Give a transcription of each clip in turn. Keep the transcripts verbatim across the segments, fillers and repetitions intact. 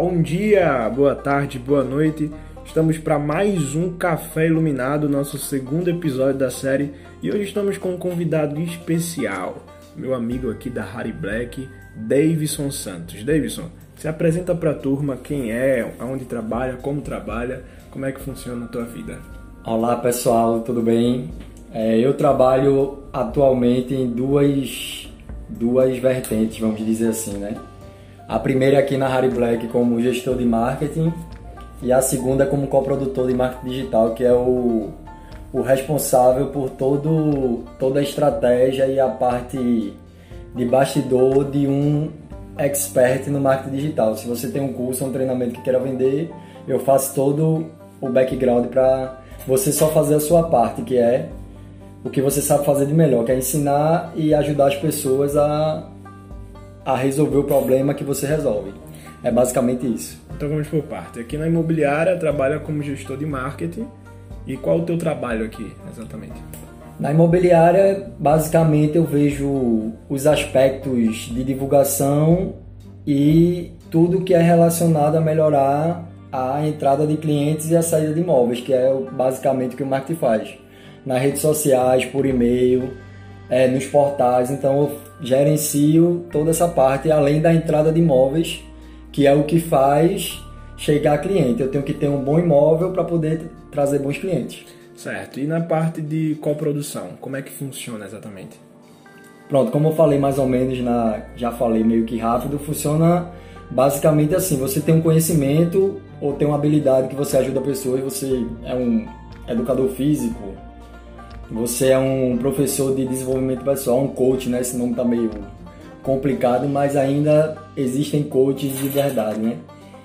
Bom dia, boa tarde, boa noite. Estamos para mais um Café Iluminado, nosso segundo episódio da série. E hoje estamos com um convidado especial, meu amigo aqui da Harry Black, Davidson Santos. Davidson, se apresenta para a turma quem é, aonde trabalha, como trabalha, como é que funciona a tua vida. Olá pessoal, tudo bem? É, eu trabalho atualmente em duas, duas vertentes, vamos dizer assim, né? A primeira é aqui na Harry Black como gestor de marketing e a segunda como coprodutor de marketing digital, que é o, o responsável por todo, toda a estratégia e a parte de bastidor de um expert no marketing digital. Se você tem um curso, um treinamento que queira vender, eu faço todo o background para você só fazer a sua parte, que é o que você sabe fazer de melhor, que é ensinar e ajudar as pessoas a, a resolver o problema que você resolve. É basicamente isso. Então vamos por parte. Aqui na imobiliária trabalha como gestor de marketing. E qual o teu trabalho aqui, exatamente? Na imobiliária, basicamente eu vejo os aspectos de divulgação e tudo que é relacionado a melhorar a entrada de clientes e a saída de imóveis, que é basicamente o que o marketing faz. Nas redes sociais, por e-mail, é, nos portais. Então eu gerencio toda essa parte, além da entrada de imóveis, que é o que faz chegar cliente. Eu tenho que ter um bom imóvel para poder trazer bons clientes. Certo. E na parte de coprodução, como é que funciona exatamente? Pronto, como eu falei mais ou menos, na, já falei meio que rápido, funciona basicamente assim: você tem um conhecimento ou tem uma habilidade que você ajuda a pessoa, e você é um educador físico, você é um professor de desenvolvimento pessoal, um coach, né? Esse nome tá meio complicado, mas ainda existem coaches de verdade, né?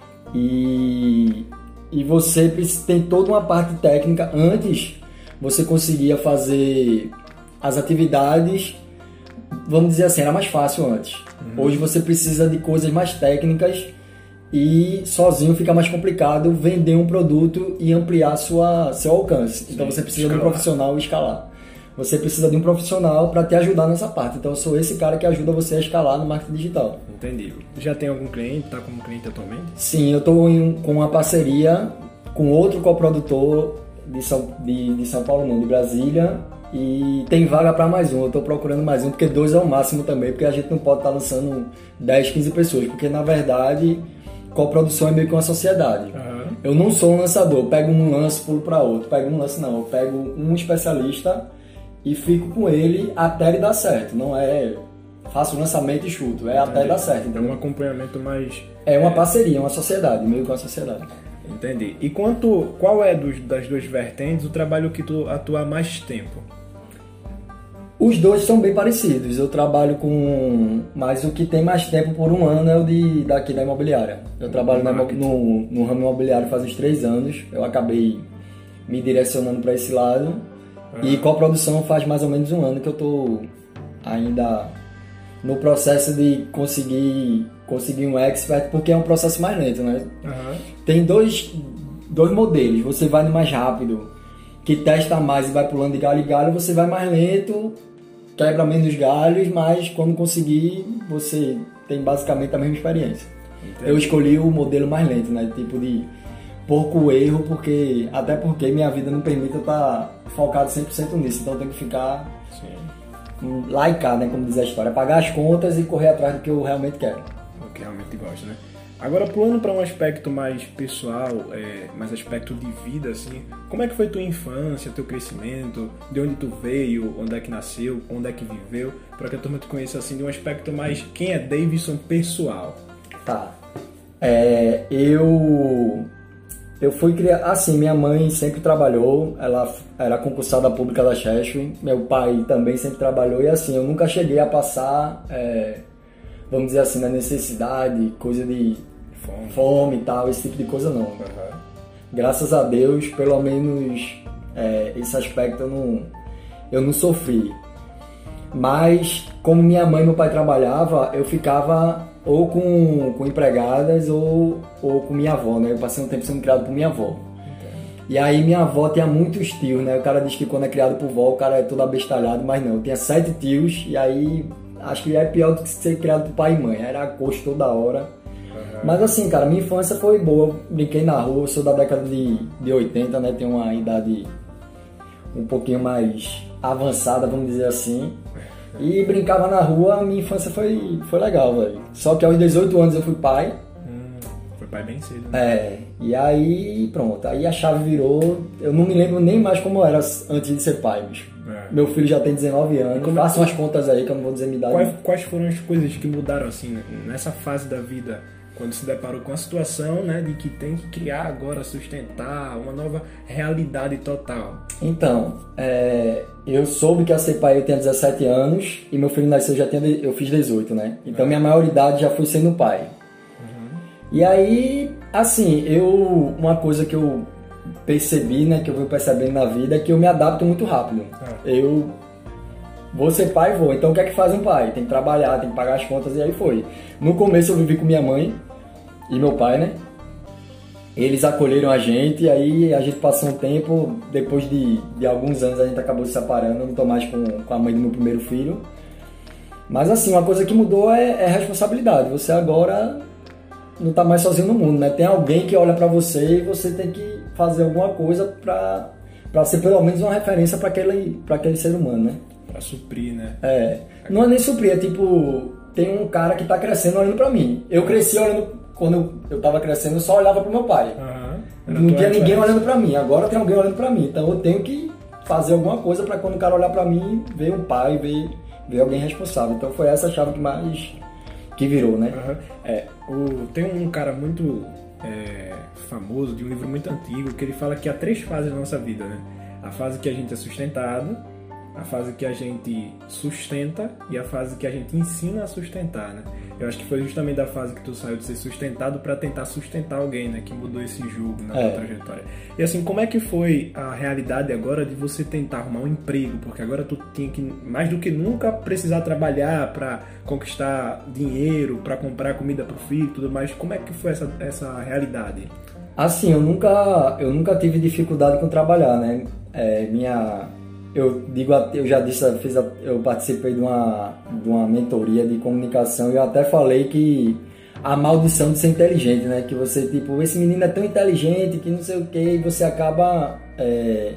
E, e você tem toda uma parte técnica. Antes você conseguia fazer as atividades, vamos dizer assim, era mais fácil antes. Uhum. Hoje você precisa de coisas mais técnicas e sozinho fica mais complicado vender um produto e ampliar sua, seu alcance. Sim, então você precisa escalar. de um profissional e escalar. Você precisa de um profissional para te ajudar nessa parte. Então eu sou esse cara que ajuda você a escalar no marketing digital. Entendi. Já tem algum cliente? Está como cliente atualmente? Sim, eu estou com uma parceria com outro coprodutor de São, de, de São Paulo, não, de Brasília. E tem vaga para mais um. Eu estou procurando mais um, porque dois é o máximo também, porque a gente não pode estar tá lançando dez, quinze pessoas. Porque na verdade, coprodução é meio que uma sociedade. Uhum. Eu não sou um lançador, eu pego um lance, pulo para outro. Pego um lance não, eu pego um especialista e fico com ele até ele dar certo. Não é faço o lançamento e chuto, é Entendi. até dar certo. Entendeu? É um acompanhamento mais... É uma parceria, uma sociedade, meio que uma sociedade. Entendi. E quanto, qual é dos, das duas vertentes o trabalho que tu atua há mais tempo? Os dois são bem parecidos. Eu trabalho com... Mas o que tem mais tempo por um ano é o de, daqui da imobiliária. Eu trabalho na, no, no ramo imobiliário faz uns três anos. Eu acabei me direcionando para esse lado. Uhum. E coprodução faz mais ou menos um ano que eu tô ainda no processo de conseguir, conseguir um expert, porque é um processo mais lento, né? Uhum. Tem dois, dois modelos. Você vai no mais rápido, que testa mais e vai pulando de galho em galho. Você vai mais lento, quebra menos galhos, mas quando conseguir, você tem basicamente a mesma experiência. Entendi. Eu escolhi o modelo mais lento, né? Tipo de pouco erro, porque até porque minha vida não permite eu estar focado cem por cento nisso, então eu tenho que ficar Sim. lá e cá, né, como diz a história, pagar as contas e correr atrás do que eu realmente quero. O que realmente gosto, né? Agora, pulando para um aspecto mais pessoal, é, mais aspecto de vida, assim, como é que foi tua infância, teu crescimento, de onde tu veio, onde é que nasceu, onde é que viveu, para que a turma te conheça, assim, de um aspecto mais, quem é Davidson pessoal? Tá. É, eu... Eu fui criar, assim, minha mãe sempre trabalhou, ela era concursada pública da Cheshire, meu pai também sempre trabalhou, e assim, eu nunca cheguei a passar, é, vamos dizer assim, na necessidade, coisa de fome, fome e tal, esse tipo de coisa não. Uhum. Graças a Deus, pelo menos é, esse aspecto eu não, eu não sofri. Mas, como minha mãe e meu pai trabalhavam, eu ficava ou com, com empregadas ou, ou com minha avó, né? Eu passei um tempo sendo criado por minha avó. Entendi. E aí minha avó tinha muitos tios, né? O cara diz que quando é criado por vó, o cara é todo abestalhado, mas não. Eu tinha sete tios e aí acho que é pior do que ser criado por pai e mãe. Era gosto toda hora. Uhum. Mas assim, cara, minha infância foi boa. Eu brinquei na rua, eu sou da década de, de oitenta, né? Tenho uma idade um pouquinho mais avançada, vamos dizer assim. E brincava na rua, minha infância foi, foi legal, velho. Só que aos dezoito anos eu fui pai. Hum, foi pai bem cedo, né? É, e aí pronto, aí a chave virou. Eu não me lembro nem mais como era antes de ser pai, bicho. É. Meu filho já tem dezenove anos, façam as contas aí que eu não vou dizer minha idade. Quais, quais foram as coisas que mudaram assim nessa fase da vida? Quando se deparou com a situação, né, de que tem que criar agora, sustentar uma nova realidade total. Então, é, eu soube que ia ser pai, eu tinha dezessete anos e meu filho nasceu, já tinha, eu fiz dezoito, né? Então é. minha maioridade já foi sendo pai. Uhum. E aí, assim, eu uma coisa que eu percebi, né, que eu vou percebendo na vida é que eu me adapto muito rápido. É. Eu vou ser pai, vou. Então o que é que faz um pai? Tem que trabalhar, tem que pagar as contas e aí foi. No começo eu vivi com minha mãe e meu pai, né? Eles acolheram a gente e aí a gente passou um tempo, depois de, de alguns anos a gente acabou se separando, eu não tô mais com, com a mãe do meu primeiro filho. Mas assim, uma coisa que mudou é, é responsabilidade. Você agora não tá mais sozinho no mundo, né? Tem alguém que olha pra você e você tem que fazer alguma coisa pra, pra ser pelo menos uma referência pra aquele, pra aquele ser humano, né? Pra suprir, né? É. Não é nem suprir, é tipo, tem um cara que tá crescendo olhando pra mim. Eu cresci olhando, quando eu, eu tava crescendo, eu só olhava pro meu pai. Uhum. Não tinha ninguém referência. olhando pra mim, agora tem alguém olhando pra mim. Então eu tenho que fazer alguma coisa pra quando o cara olhar pra mim, ver um pai, ver, ver alguém responsável. Então foi essa a chave que mais, que virou, né? Uhum. É, o, tem um cara muito é, famoso, de um livro muito antigo, que ele fala que há três fases da nossa vida, né? A fase que a gente é sustentado, a fase que a gente sustenta e a fase que a gente ensina a sustentar, né? Eu acho que foi justamente da fase que tu saiu de ser sustentado para tentar sustentar alguém, né? Que mudou esse jogo na tua é. trajetória. E assim, como é que foi a realidade agora de você tentar arrumar um emprego? Porque agora tu tinha que, mais do que nunca, precisar trabalhar para conquistar dinheiro, para comprar comida pro filho e tudo mais. Como é que foi essa, essa realidade? Assim, eu nunca, eu nunca tive dificuldade com trabalhar, né? É, minha... Eu digo, eu já disse, eu, fiz, eu participei de uma, de uma mentoria de comunicação e eu até falei que a maldição de ser inteligente, né? Que você, tipo, esse menino é tão inteligente que não sei o que, e você acaba é,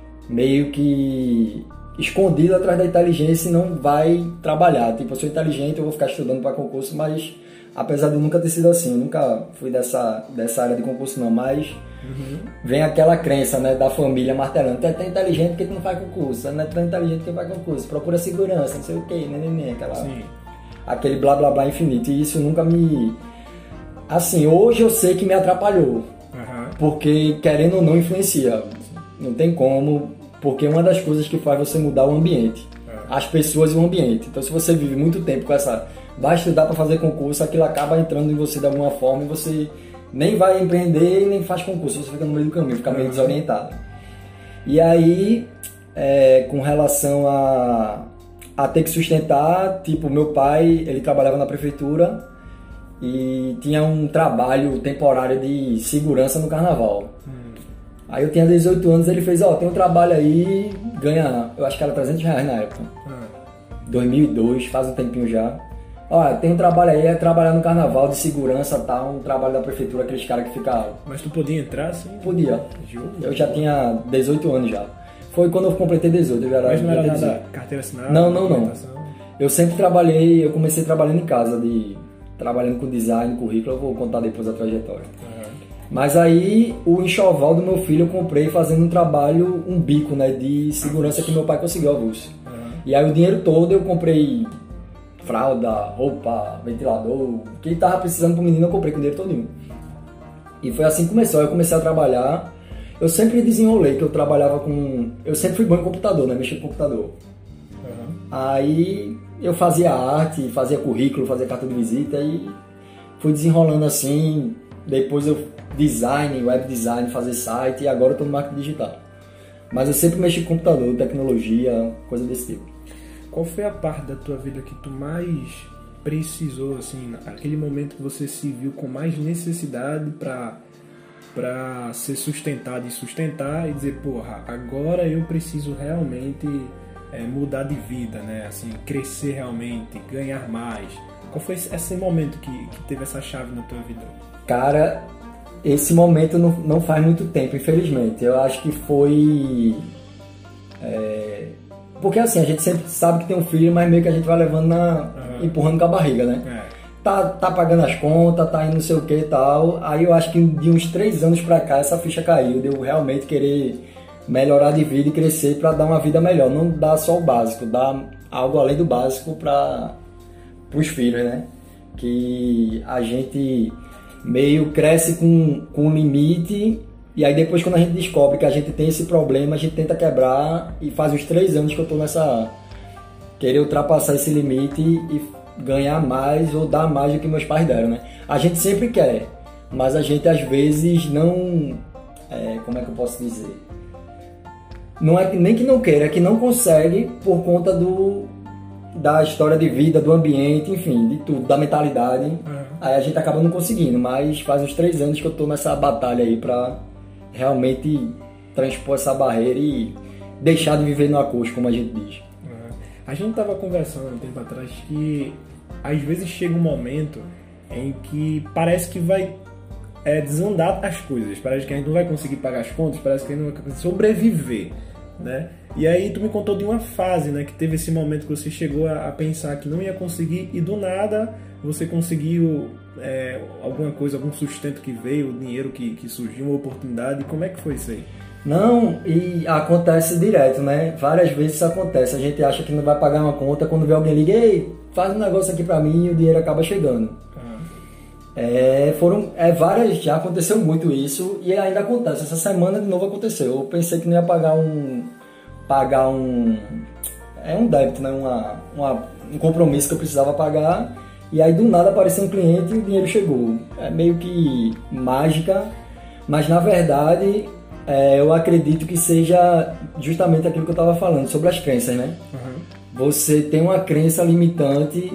meio que escondido atrás da inteligência e não vai trabalhar. Tipo, eu sou inteligente, eu vou ficar estudando para concurso, mas apesar de eu nunca ter sido assim, eu nunca fui dessa, dessa área de concurso não, mas... Uhum. Vem aquela crença, né, da família martelando, tu é tão inteligente porque tu não faz concurso, não é tão inteligente porque faz concurso, procura segurança, não sei o que, né, né, né, aquela, Sim. aquele blá blá blá infinito, e isso nunca me... Assim, hoje eu sei que me atrapalhou, uhum. porque querendo ou não influencia, não tem como, porque é uma das coisas que faz você mudar o ambiente, uhum. as pessoas e o ambiente. Então se você vive muito tempo com essa, vai estudar para fazer concurso, aquilo acaba entrando em você de alguma forma e você... nem vai empreender e nem faz concurso, você fica no meio do caminho, fica meio desorientado. E aí, é, com relação a, a ter que sustentar, tipo, meu pai, ele trabalhava na prefeitura e tinha um trabalho temporário de segurança no carnaval. Hum. Aí eu tinha dezoito anos, ele fez, ó, oh, tem um trabalho aí, ganha, eu acho que era trezentos reais na época. Hum. dois mil e dois, faz um tempinho já. Olha, tem um trabalho aí, é trabalhar no carnaval de segurança, tá? Um trabalho da prefeitura, aqueles caras que ficam... Mas tu podia entrar assim? Podia. Eu já tinha dezoito anos já. Foi quando eu completei dezoito. Eu já era Mas não era nada carteira assinada? Não, não, não. Eu sempre trabalhei, eu comecei trabalhando em casa, de, trabalhando com design, currículo, eu vou contar depois a trajetória. Uhum. Mas aí, o enxoval do meu filho eu comprei fazendo um trabalho, um bico, né? De segurança que meu pai conseguiu, avulso. Uhum. E aí o dinheiro todo eu comprei... fralda, roupa, ventilador, o que ele tava precisando pro menino eu comprei com o dinheiro todinho. E foi assim que começou, eu comecei a trabalhar, eu sempre desenrolei que eu trabalhava com, eu sempre fui bom em computador, né, mexer com computador. Uhum. Aí eu fazia arte, fazia currículo, fazia carta de visita e fui desenrolando assim, depois eu design, web design, fazer site e agora eu tô no marketing digital. Mas eu sempre mexi com computador, tecnologia, coisa desse tipo. Qual foi a parte da tua vida que tu mais precisou, assim, aquele momento que você se viu com mais necessidade para para ser sustentado e sustentar e dizer, porra, agora eu preciso realmente é, mudar de vida, né? Assim, crescer realmente, ganhar mais. Qual foi esse momento que, que teve essa chave na tua vida? Cara, esse momento não, não faz muito tempo, infelizmente. Eu acho que foi... É... Porque assim, a gente sempre sabe que tem um filho, mas meio que a gente vai levando na... Uhum. empurrando com a barriga, né? É. Tá, tá pagando as contas, tá indo não sei o que e tal. Aí eu acho que de uns três anos pra cá essa ficha caiu, de eu realmente querer melhorar de vida e crescer pra dar uma vida melhor. Não dar só o básico, dar algo além do básico para os filhos, né? Que a gente meio cresce com, com um limite e aí depois quando a gente descobre que a gente tem esse problema, a gente tenta quebrar e faz uns três anos que eu tô nessa... querer ultrapassar esse limite e ganhar mais ou dar mais do que meus pais deram, né? A gente sempre quer, mas a gente às vezes não... É, como é que eu posso dizer? Não é nem que não queira, é que não consegue por conta do, da história de vida, do ambiente, enfim, de tudo, da mentalidade. Uhum. Aí a gente acaba não conseguindo, mas faz uns três anos que eu tô nessa batalha aí pra realmente transpor essa barreira e deixar de viver no acústico, como a gente diz. Uhum. A gente tava conversando um tempo atrás que às vezes chega um momento em que parece que vai é, desandar as coisas, parece que a gente não vai conseguir pagar as contas, parece que a gente não vai conseguir sobreviver, né? E aí tu me contou de uma fase, né, que teve esse momento que você chegou a, a pensar que não ia conseguir e do nada você conseguiu é, alguma coisa, algum sustento que veio, o dinheiro que, que surgiu, uma oportunidade. Como é que foi isso aí? Não, e acontece direto, né? Várias vezes isso acontece. A gente acha que não vai pagar uma conta, quando vê alguém liga, ei, faz um negócio aqui pra mim e o dinheiro acaba chegando. Ah. É, foram, é, várias, já aconteceu muito isso e ainda acontece. Essa semana de novo aconteceu. Eu pensei que não ia pagar um... Pagar um... É um débito, né? Uma, uma, um compromisso que eu precisava pagar. E aí do nada apareceu um cliente e o dinheiro chegou. É meio que mágica, mas na verdade... É, eu acredito que seja justamente aquilo que eu estava falando, sobre as crenças, né? Uhum. Você tem uma crença limitante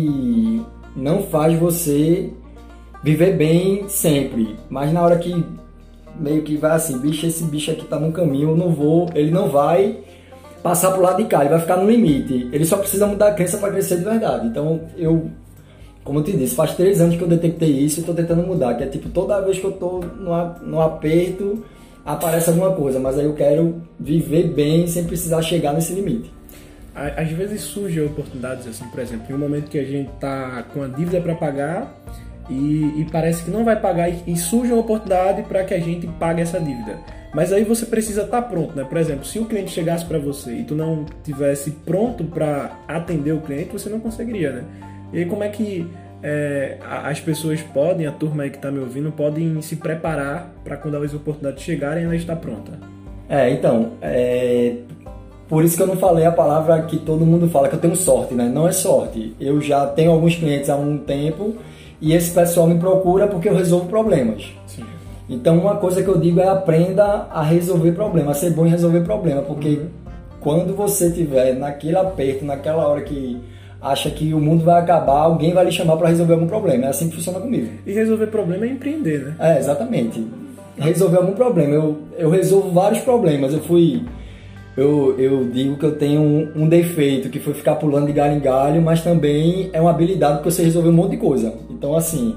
que não faz você viver bem sempre. Mas na hora que meio que vai assim, bicho, esse bicho aqui tá no caminho, eu não vou, ele não vai passar pro lado de cá, ele vai ficar no limite. Ele só precisa mudar a crença para crescer de verdade. Então eu, como eu te disse, faz três anos que eu detectei isso e estou tentando mudar. Que é tipo, toda vez que eu tô no, no aperto... aparece alguma coisa, mas aí eu quero viver bem sem precisar chegar nesse limite. Às vezes surgem oportunidades, assim, por exemplo, em um momento que a gente tá com a dívida para pagar e, e parece que não vai pagar e, e surge uma oportunidade para que a gente pague essa dívida. Mas aí você precisa estar pronto, né? Por exemplo, se o cliente chegasse para você e tu não tivesse pronto para atender o cliente, você não conseguiria, né? E aí como é que É, as pessoas podem, a turma aí que está me ouvindo, podem se preparar para quando as oportunidades chegarem, ela está pronta? É, então, é... por isso que eu não falei a palavra que todo mundo fala, que eu tenho sorte, né? Não é sorte. Eu já tenho alguns clientes há um tempo e esse pessoal me procura porque eu resolvo problemas. Sim. Então, uma coisa que eu digo é aprenda a resolver problema, a ser bom em resolver problema, porque uhum. quando você estiver naquele aperto, naquela hora que acha que o mundo vai acabar, alguém vai lhe chamar para resolver algum problema. É assim que funciona comigo. E resolver problema é empreender, né? É, exatamente. Resolver algum problema. Eu, eu resolvo vários problemas. Eu fui... Eu, eu digo que eu tenho um, um defeito, que foi ficar pulando de galho em galho, mas também é uma habilidade que você resolver um monte de coisa. Então, assim,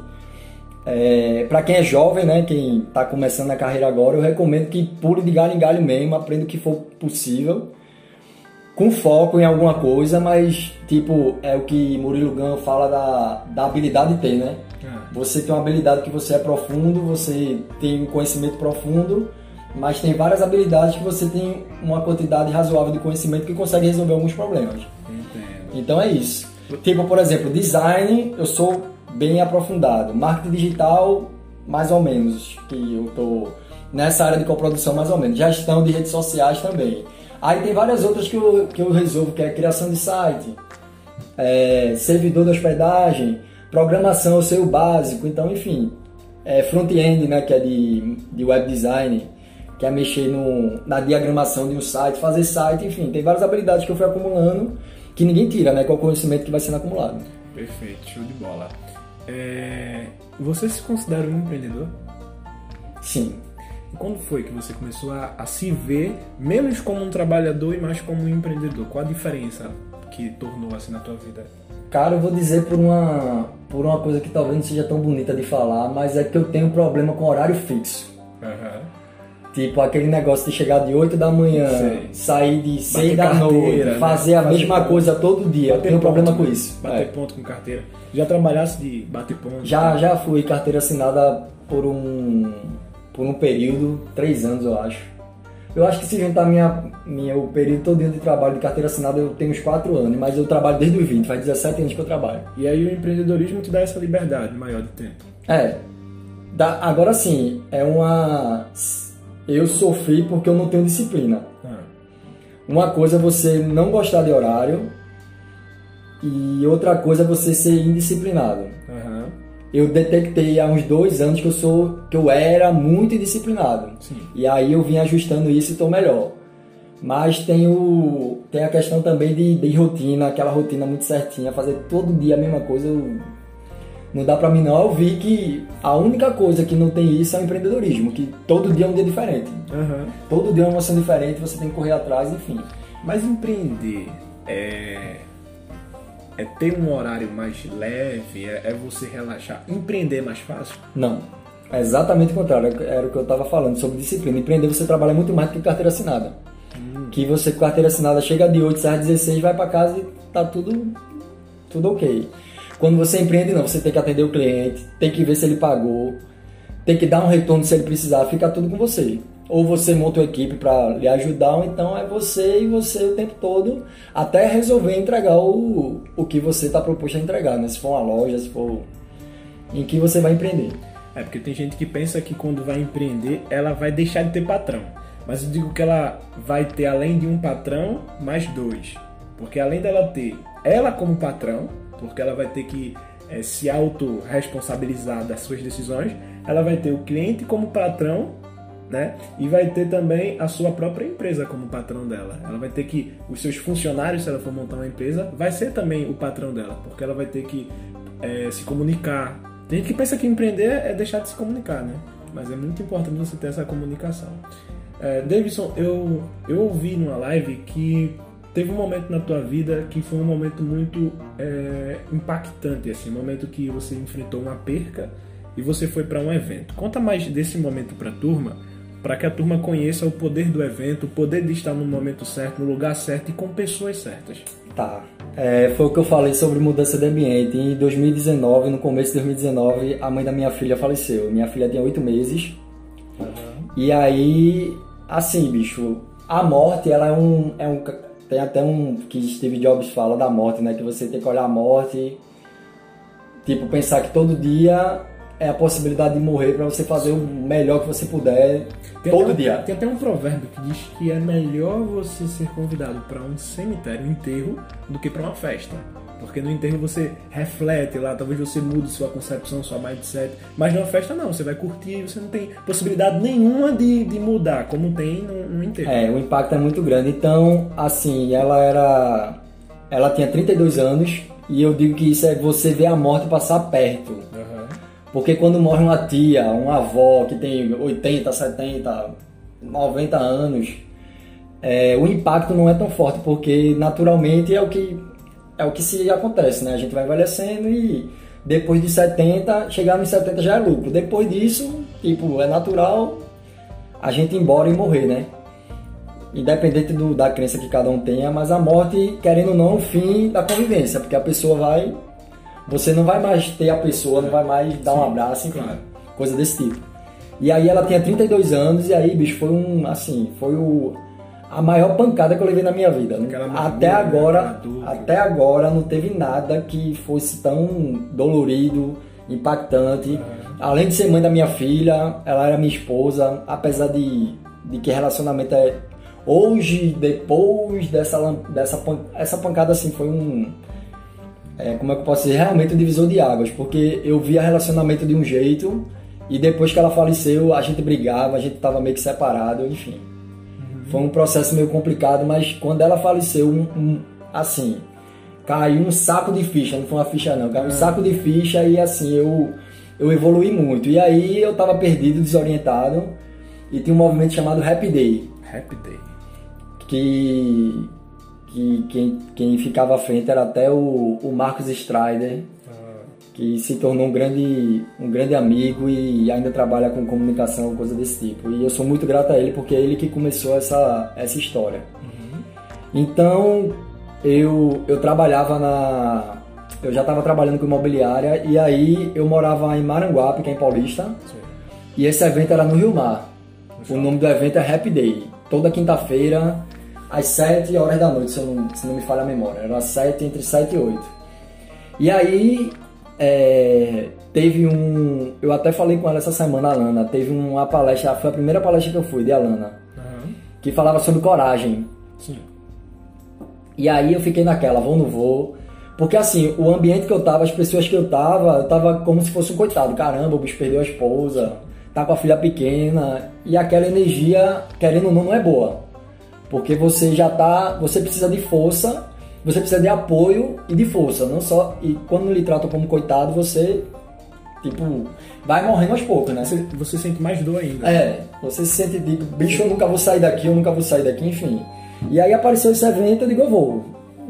é, para quem é jovem, né, quem está começando a carreira agora, eu recomendo que pule de galho em galho mesmo, aprenda o que for possível, com foco em alguma coisa, mas tipo, é o que Murilo Gun fala da, da habilidade ter, né? É. Você tem uma habilidade que você é profundo, você tem um conhecimento profundo, mas tem várias habilidades que você tem uma quantidade razoável de conhecimento que consegue resolver alguns problemas. Entendo. Então é isso. Tipo, por exemplo, design, eu sou bem aprofundado. Marketing digital, mais ou menos, que eu tô nessa área de coprodução mais ou menos. Gestão de redes sociais também. Aí tem várias outras que eu, que eu resolvo, que é criação de site, é, servidor de hospedagem, programação, eu sei o básico, então enfim, é, front-end, né, que é de, de web design, que é mexer no, na diagramação de um site, fazer site, enfim, tem várias habilidades que eu fui acumulando, que ninguém tira, né, que é o conhecimento que vai sendo acumulado. Perfeito, show de bola. É, você se considera um empreendedor? Sim. E quando foi que você começou a, a se ver menos como um trabalhador e mais como um empreendedor? Qual a diferença que tornou assim na tua vida? Cara, eu vou dizer por uma, por uma coisa que talvez não seja tão bonita de falar, mas é que eu tenho um problema com horário fixo. Uhum. Tipo, aquele negócio de chegar de oito da manhã, Sei. sair de seis da noite, fazer né? a fazer mesma ponto. coisa todo dia. Eu tenho um problema com isso. Bater é. ponto com carteira. Já trabalhasse de bater ponto? Já, né? já fui carteira assinada por um, por um período, três anos eu acho. Eu acho que se juntar minha, minha, o período todo de trabalho de carteira assinada, eu tenho uns quatro anos, mas eu trabalho desde os vinte, faz dezessete anos que eu trabalho. E aí o empreendedorismo te dá essa liberdade maior de tempo? É. Dá, agora sim, é uma... Eu sofri porque eu não tenho disciplina. Ah. Uma coisa é você não gostar de horário e outra coisa é você ser indisciplinado. Uhum. Eu detectei há uns dois anos que eu sou, que eu era muito indisciplinado. Sim. E aí eu vim ajustando isso e estou melhor. Mas tem, o, tem a questão também de, de rotina, aquela rotina muito certinha, fazer todo dia a mesma coisa. Eu, não dá pra mim não. Eu vi que a única coisa que não tem isso é o empreendedorismo, que todo dia é um dia diferente. Uhum. Todo dia é uma emoção diferente, você tem que correr atrás, enfim. Mas empreender é... É ter um horário mais leve? É, é você relaxar? Empreender é mais fácil? Não. É exatamente o contrário. Era o que eu estava falando sobre disciplina. Empreender você trabalha muito mais do que carteira assinada. Hum. Que você com carteira assinada chega de oito, sai às dezesseis, vai para casa e tá tudo, tudo ok. Quando você empreende, não. Você tem que atender o cliente, tem que ver se ele pagou, tem que dar um retorno se ele precisar, fica tudo com você. Ou você monta uma equipe para lhe ajudar, ou então é você e você o tempo todo, até resolver entregar o, o que você está proposto a entregar, né? Se for uma loja, se for... em que você vai empreender. É, porque tem gente que pensa que quando vai empreender, ela vai deixar de ter patrão. Mas eu digo que ela vai ter, além de um patrão, mais dois. Porque além dela ter ela como patrão, porque ela vai ter que é, se autorresponsabilizar das suas decisões, ela vai ter o cliente como patrão, né? E vai ter também a sua própria empresa como patrão dela. Ela vai ter que, os seus funcionários, se ela for montar uma empresa, vai ser também o patrão dela, porque ela vai ter que é, se comunicar. Tem gente que pensa que empreender é deixar de se comunicar, né? Mas é muito importante você ter essa comunicação. É, Davidson, eu, eu ouvi numa live que teve um momento na tua vida que foi um momento muito é, impactante, assim, um momento que você enfrentou uma perca e você foi para um evento. Conta mais desse momento para a turma, para que a turma conheça o poder do evento, o poder de estar no momento certo, no lugar certo e com pessoas certas. Tá. É, foi o que eu falei sobre mudança de ambiente. Em dois mil e dezenove, no começo de dois mil e dezenove, a mãe da minha filha faleceu. Minha filha tinha oito meses. Uhum. E aí, assim, bicho, a morte, ela é um, é um... Tem até um que Steve Jobs fala da morte, né? Que você tem que olhar a morte, tipo, pensar que todo dia é a possibilidade de morrer para você fazer o melhor que você puder, tem todo um, dia. Tem até um provérbio que diz que é melhor você ser convidado para um cemitério, um enterro, do que para uma festa. Porque no enterro você reflete lá, talvez você mude sua concepção, sua mindset. Mas numa festa não, você vai curtir, você não tem possibilidade nenhuma de, de mudar, como tem no, no enterro. É, o impacto é muito grande. Então, assim, ela era... Ela tinha trinta e dois anos e eu digo que isso é você ver a morte passar perto. Uhum. Porque quando morre uma tia, uma avó que tem oitenta, setenta, noventa anos, é, o impacto não é tão forte, porque naturalmente é o que, é o que se acontece, né? A gente vai envelhecendo e depois de setenta, chegar nos setenta já é lucro. Depois disso, tipo, é natural a gente ir embora e morrer, né? Independente do, da crença que cada um tenha, mas a morte, querendo ou não, é o fim da convivência, porque a pessoa vai... Você não vai mais ter a pessoa, não vai mais dar um abraço, enfim, claro. Coisa desse tipo. E aí ela tinha trinta e dois anos e aí, bicho, foi um, assim, foi o, a maior pancada que eu levei na minha vida. Até agora, até agora não teve nada que fosse tão dolorido, impactante. Uhum. Além de ser mãe da minha filha, ela era minha esposa, apesar de, de que relacionamento é... Hoje, depois dessa, dessa essa pancada, assim, foi um... É, como é que eu posso dizer, realmente um divisor de águas, porque eu via relacionamento de um jeito e depois que ela faleceu a gente brigava, a gente tava meio que separado, enfim. Uhum. Foi um processo meio complicado, mas quando ela faleceu, um, um, assim, caiu um saco de ficha, não foi uma ficha não, caiu um saco de ficha e assim, eu, eu evoluí muito. E aí eu tava perdido, desorientado e tinha um movimento chamado Happy Day. Happy Day. Que... que quem, quem ficava à frente era até o, o Marcos Strider, que se tornou um grande, um grande amigo e ainda trabalha com comunicação, coisa desse tipo. E eu sou muito grato a ele porque é ele que começou essa, essa história. Uhum. Então, eu, eu trabalhava na... Eu já estava trabalhando com imobiliária e aí eu morava em Maranguape, que é em Paulista. Sim. E esse evento era no Rio Mar. O nome do evento é Happy Day. Toda quinta-feira, às sete horas da noite, se, eu não, se não me falha a memória. Era às sete, entre sete e oito. E aí... É, teve um... Eu até falei com ela essa semana, a Alana. Teve uma palestra, foi a primeira palestra que eu fui, de Alana. Uhum. Que falava sobre coragem. Sim. E aí eu fiquei naquela, vou ou não vou. Porque assim, o ambiente que eu tava, as pessoas que eu tava, eu tava como se fosse um coitado. Caramba, o bicho perdeu a esposa, tá com a filha pequena. E aquela energia, querendo ou não, não é boa. Porque você já tá... Você precisa de força... Você precisa de apoio e de força, não só... E quando lhe tratam como coitado, você, tipo, vai morrendo aos poucos, né? Você, você sente mais dor ainda. É, você se sente, tipo, bicho, eu nunca vou sair daqui, eu nunca vou sair daqui, enfim. E aí apareceu esse evento, eu digo, eu vou.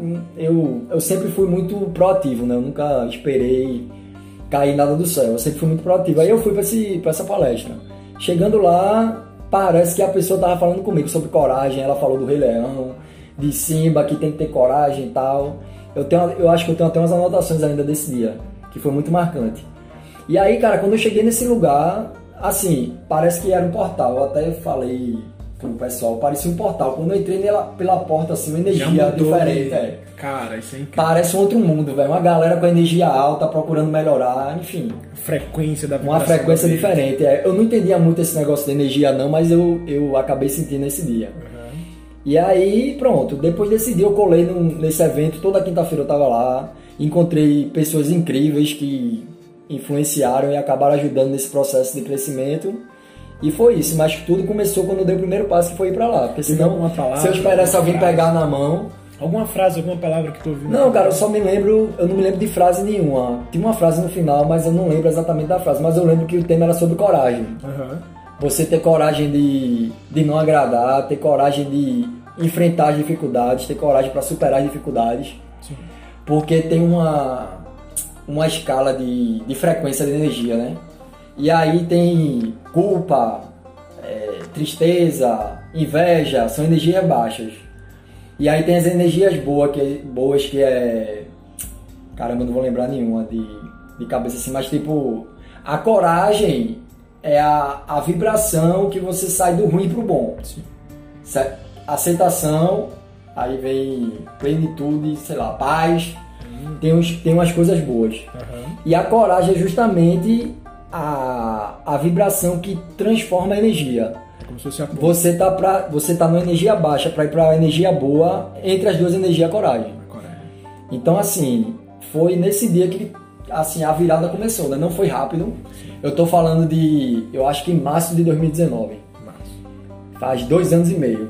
Eu, eu sempre fui muito proativo, né? Eu nunca esperei cair nada do céu, eu sempre fui muito proativo. Aí eu fui pra, esse, pra essa palestra. Chegando lá, parece que a pessoa tava falando comigo sobre coragem, ela falou do Rei Leão, de Simba, que tem que ter coragem e tal. Eu, tenho, eu acho que eu tenho até umas anotações ainda desse dia, que foi muito marcante. E aí, cara, quando eu cheguei nesse lugar, assim, parece que era um portal. Eu até falei pro pessoal, parecia um portal. Quando eu entrei nela, pela porta, assim, uma energia diferente. É. Cara, isso é incrível. Parece um outro mundo, velho. Uma galera com energia alta, procurando melhorar, enfim. Frequência da Uma frequência diferente. É. Eu não entendia muito esse negócio de energia, não, mas eu, eu acabei sentindo esse dia. Uhum. E aí, pronto, depois desse dia eu colei num, nesse evento, toda quinta-feira eu tava lá, encontrei pessoas incríveis que influenciaram e acabaram ajudando nesse processo de crescimento, e foi isso, mas tudo começou quando eu dei o primeiro passo, que foi ir pra lá, porque senão, uma palavra, se eu esperasse alguém frase, pegar na mão... Alguma frase, alguma palavra que tu ouviu? Não, cara, eu só me lembro, eu não me lembro de frase nenhuma, tinha uma frase no final, mas eu não lembro exatamente da frase, mas eu lembro que o tema era sobre coragem. Uhum. Você ter coragem de, de não agradar, ter coragem de enfrentar as dificuldades, ter coragem para superar as dificuldades. Sim. Porque tem uma, uma escala de, de frequência de energia, né? E aí tem culpa, é, tristeza, inveja, são energias baixas. E aí tem as energias boas, que, boas, que é... Caramba, eu não vou lembrar nenhuma de, de cabeça assim, mas tipo... A coragem... é a, a vibração que você sai do ruim pro bom. Sim. Aceitação, aí vem plenitude, sei lá, paz, uhum. tem, uns, tem umas coisas boas. Uhum. E a coragem é justamente a, a vibração que transforma a energia. É como se fosse a você tá, pra, você tá numa energia baixa para ir pra energia boa, entre as duas energias a coragem. A coragem. Então assim, foi nesse dia que assim, a virada começou, né? Não foi rápido. Eu tô falando de, eu acho que em março de dois mil e dezenove. Março. Faz dois anos e meio.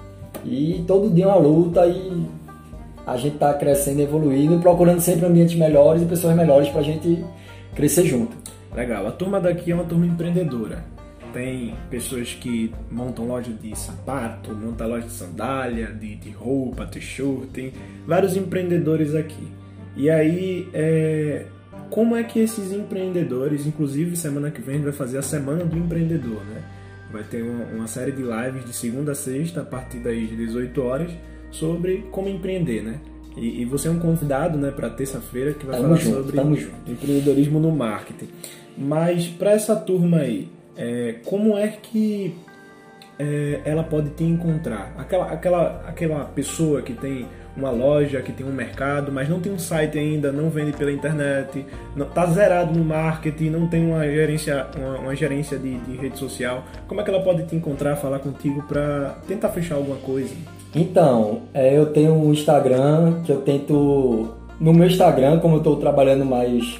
E todo dia uma luta e a gente tá crescendo, evoluindo, procurando sempre ambientes melhores e pessoas melhores pra gente crescer junto. Legal. A turma daqui é uma turma empreendedora. Tem pessoas que montam loja de sapato, montam loja de sandália, de, de roupa, t-shirt, tem vários empreendedores aqui. E aí, é... como é que esses empreendedores, inclusive semana que vem a gente vai fazer a Semana do Empreendedor, né? Vai ter uma, uma série de lives de segunda a sexta, a partir das dezoito horas, sobre como empreender, né? E, e você é um convidado, né, para terça-feira, que vai tamo falar junto, sobre empreendedorismo no marketing. Mas para essa turma aí, é, como é que é, ela pode te encontrar? Aquela, aquela, aquela pessoa que tem uma loja, que tem um mercado, mas não tem um site ainda, não vende pela internet, não, tá zerado no marketing, não tem uma gerência, uma, uma gerência de, de rede social. Como é que ela pode te encontrar, falar contigo para tentar fechar alguma coisa? Então, é, eu tenho um Instagram que eu tento... No meu Instagram, como eu estou trabalhando mais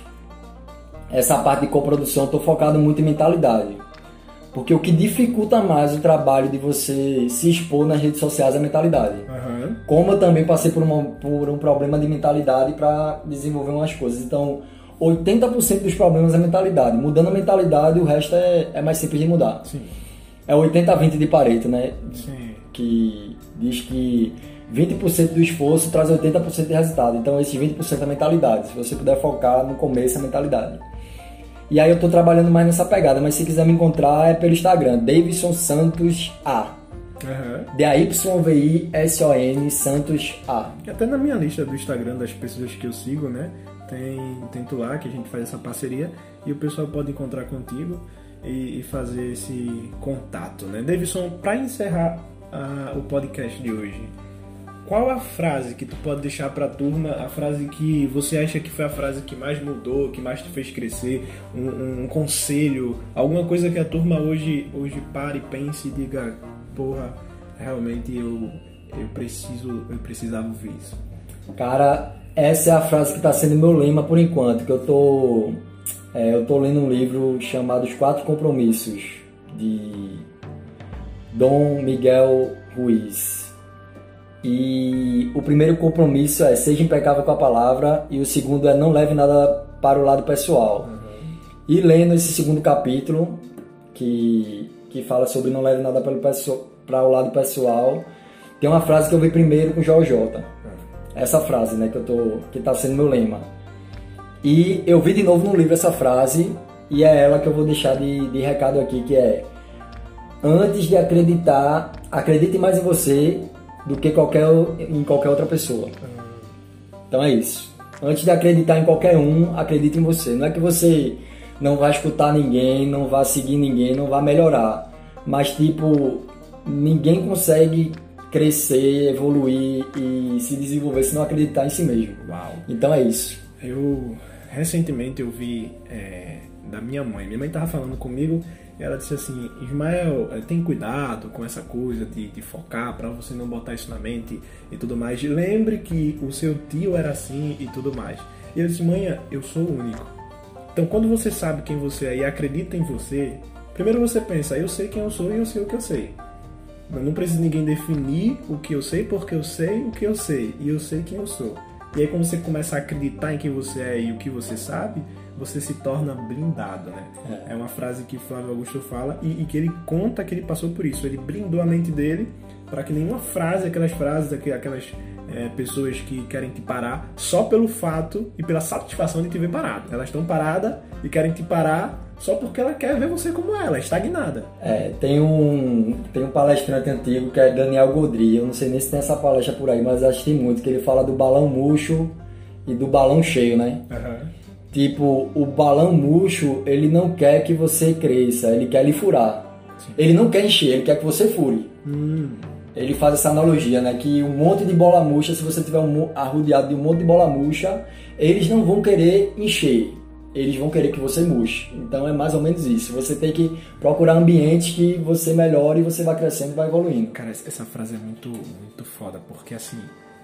essa parte de coprodução, estou focado muito em mentalidade. Porque o que dificulta mais o trabalho de você se expor nas redes sociais é a mentalidade. Uhum. Como eu também passei por, uma, por um problema de mentalidade para desenvolver umas coisas. Então, oitenta por cento dos problemas é mentalidade. Mudando a mentalidade, o resto é, é mais simples de mudar. Sim. É oitenta a vinte de Pareto, né? Sim. Que diz que vinte por cento do esforço traz oitenta por cento de resultado. Então, esses vinte por cento é a mentalidade. Se você puder focar no começo, é a mentalidade. E aí eu tô trabalhando mais nessa pegada, mas se quiser me encontrar é pelo Instagram, Davidson Santos A. Uhum. D A Y V I S O N Santos A. Até na minha lista do Instagram das pessoas que eu sigo, né? Tem, tem tu lá que a gente faz essa parceria e o pessoal pode encontrar contigo e, e fazer esse contato, né? Davidson, para encerrar uh, o podcast de hoje, qual a frase que tu pode deixar para a turma, a frase que você acha que foi a frase que mais mudou, que mais te fez crescer, um, um conselho, alguma coisa que a turma hoje, hoje pare, pense e diga, porra, realmente eu, eu, preciso, eu precisava ouvir isso? Cara, essa é a frase que está sendo meu lema por enquanto, que eu tô, é, eu tô lendo um livro chamado Os Quatro Compromissos, de Dom Miguel Ruiz. E o primeiro compromisso é seja impecável com a palavra e o segundo é não leve nada para o lado pessoal. Uhum. E lendo esse segundo capítulo, que, que fala sobre não leve nada para o lado pessoal, tem uma frase que eu vi primeiro com o Joel J. Uhum. Essa frase, né, que eu tô, que está sendo meu lema. E eu vi de novo no livro essa frase e é ela que eu vou deixar de, de recado aqui, que é: antes de acreditar, acredite mais em você do que qualquer, em qualquer outra pessoa. Então é isso. Antes de acreditar em qualquer um, acredite em você. Não é que você não vai escutar ninguém, não vai seguir ninguém, não vai melhorar. Mas, tipo, ninguém consegue crescer, evoluir e se desenvolver se não acreditar em si mesmo. Uau. Então é isso. Eu, recentemente, eu vi é, da minha mãe. Minha mãe estava falando comigo. Ela disse assim: Ismael, tem cuidado com essa coisa de, de focar para você não botar isso na mente e tudo mais. Lembre que o seu tio era assim e tudo mais. E eu disse: mãe, eu sou o único. Então quando você sabe quem você é e acredita em você, primeiro você pensa: eu sei quem eu sou e eu sei o que eu sei. Não precisa ninguém definir o que eu sei, porque eu sei o que eu sei e eu sei quem eu sou. E aí quando você começa a acreditar em quem você é e o que você sabe, você se torna blindado, né? É, é uma frase que Flávio Augusto fala e, e que ele conta que ele passou por isso. Ele blindou a mente dele para que nenhuma frase, aquelas frases, aquelas é, pessoas que querem te parar só pelo fato e pela satisfação de te ver parado. Elas estão paradas e querem te parar só porque ela quer ver você como ela, estagnada. É, tem um, tem um palestrante antigo que é Daniel Godry. Eu não sei nem se tem essa palestra por aí, mas assisti muito, que ele fala do balão murcho e do balão cheio, né? Uhum. Tipo, o balão murcho, ele não quer que você cresça, ele quer lhe furar. Sim. Ele não quer encher, ele quer que você fure. Hum. Ele faz essa analogia, né? Que um monte de bola murcha, se você tiver um, arrodeado de um monte de bola murcha, eles não vão querer encher, eles vão querer que você murche. Então é mais ou menos isso. Você tem que procurar ambientes que você melhore e você vai crescendo e vai evoluindo. Cara, essa frase é muito, muito foda, porque assim...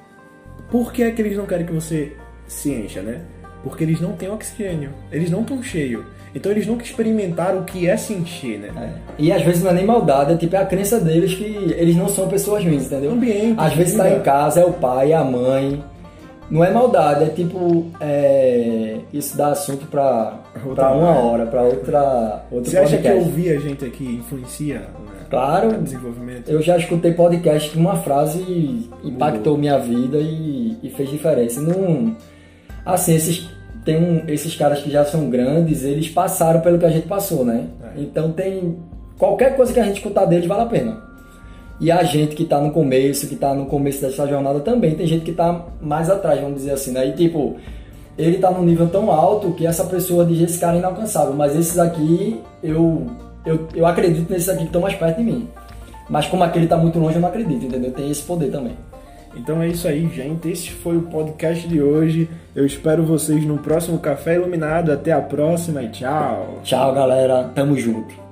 Por que é que eles não querem que você se encha, né? Porque eles não têm oxigênio, eles não estão cheios. Então eles nunca experimentaram o que é se encher, né? É. E às vezes não é nem maldade, é tipo é a crença deles que eles não são pessoas ruins, entendeu? Ambiente, às vezes tá em casa, é o pai, é a mãe. Não é maldade, é tipo... É... Isso dá assunto pra, pra uma hora, pra outra, outro Você podcast. Você acha que ouvir a gente aqui influencia, né, claro, no desenvolvimento? Eu já escutei podcast que uma frase impactou minha vida e, e fez diferença. Não... Assim, esses, tem um, esses caras que já são grandes, eles passaram pelo que a gente passou, né? É. Então tem... Qualquer coisa que a gente escutar deles vale a pena. E a gente que tá no começo, que tá no começo dessa jornada também, tem gente que tá mais atrás, vamos dizer assim, né? E tipo, ele tá num nível tão alto que essa pessoa diz, esse cara é inalcançável. Mas esses aqui, eu, eu, eu acredito nesses aqui que estão mais perto de mim. Mas como aquele tá muito longe, eu não acredito, entendeu? Tem esse poder também. Então é isso aí, gente. Esse foi o podcast de hoje. Eu espero vocês no próximo Café Iluminado. Até a próxima e tchau. Tchau, galera. Tamo junto.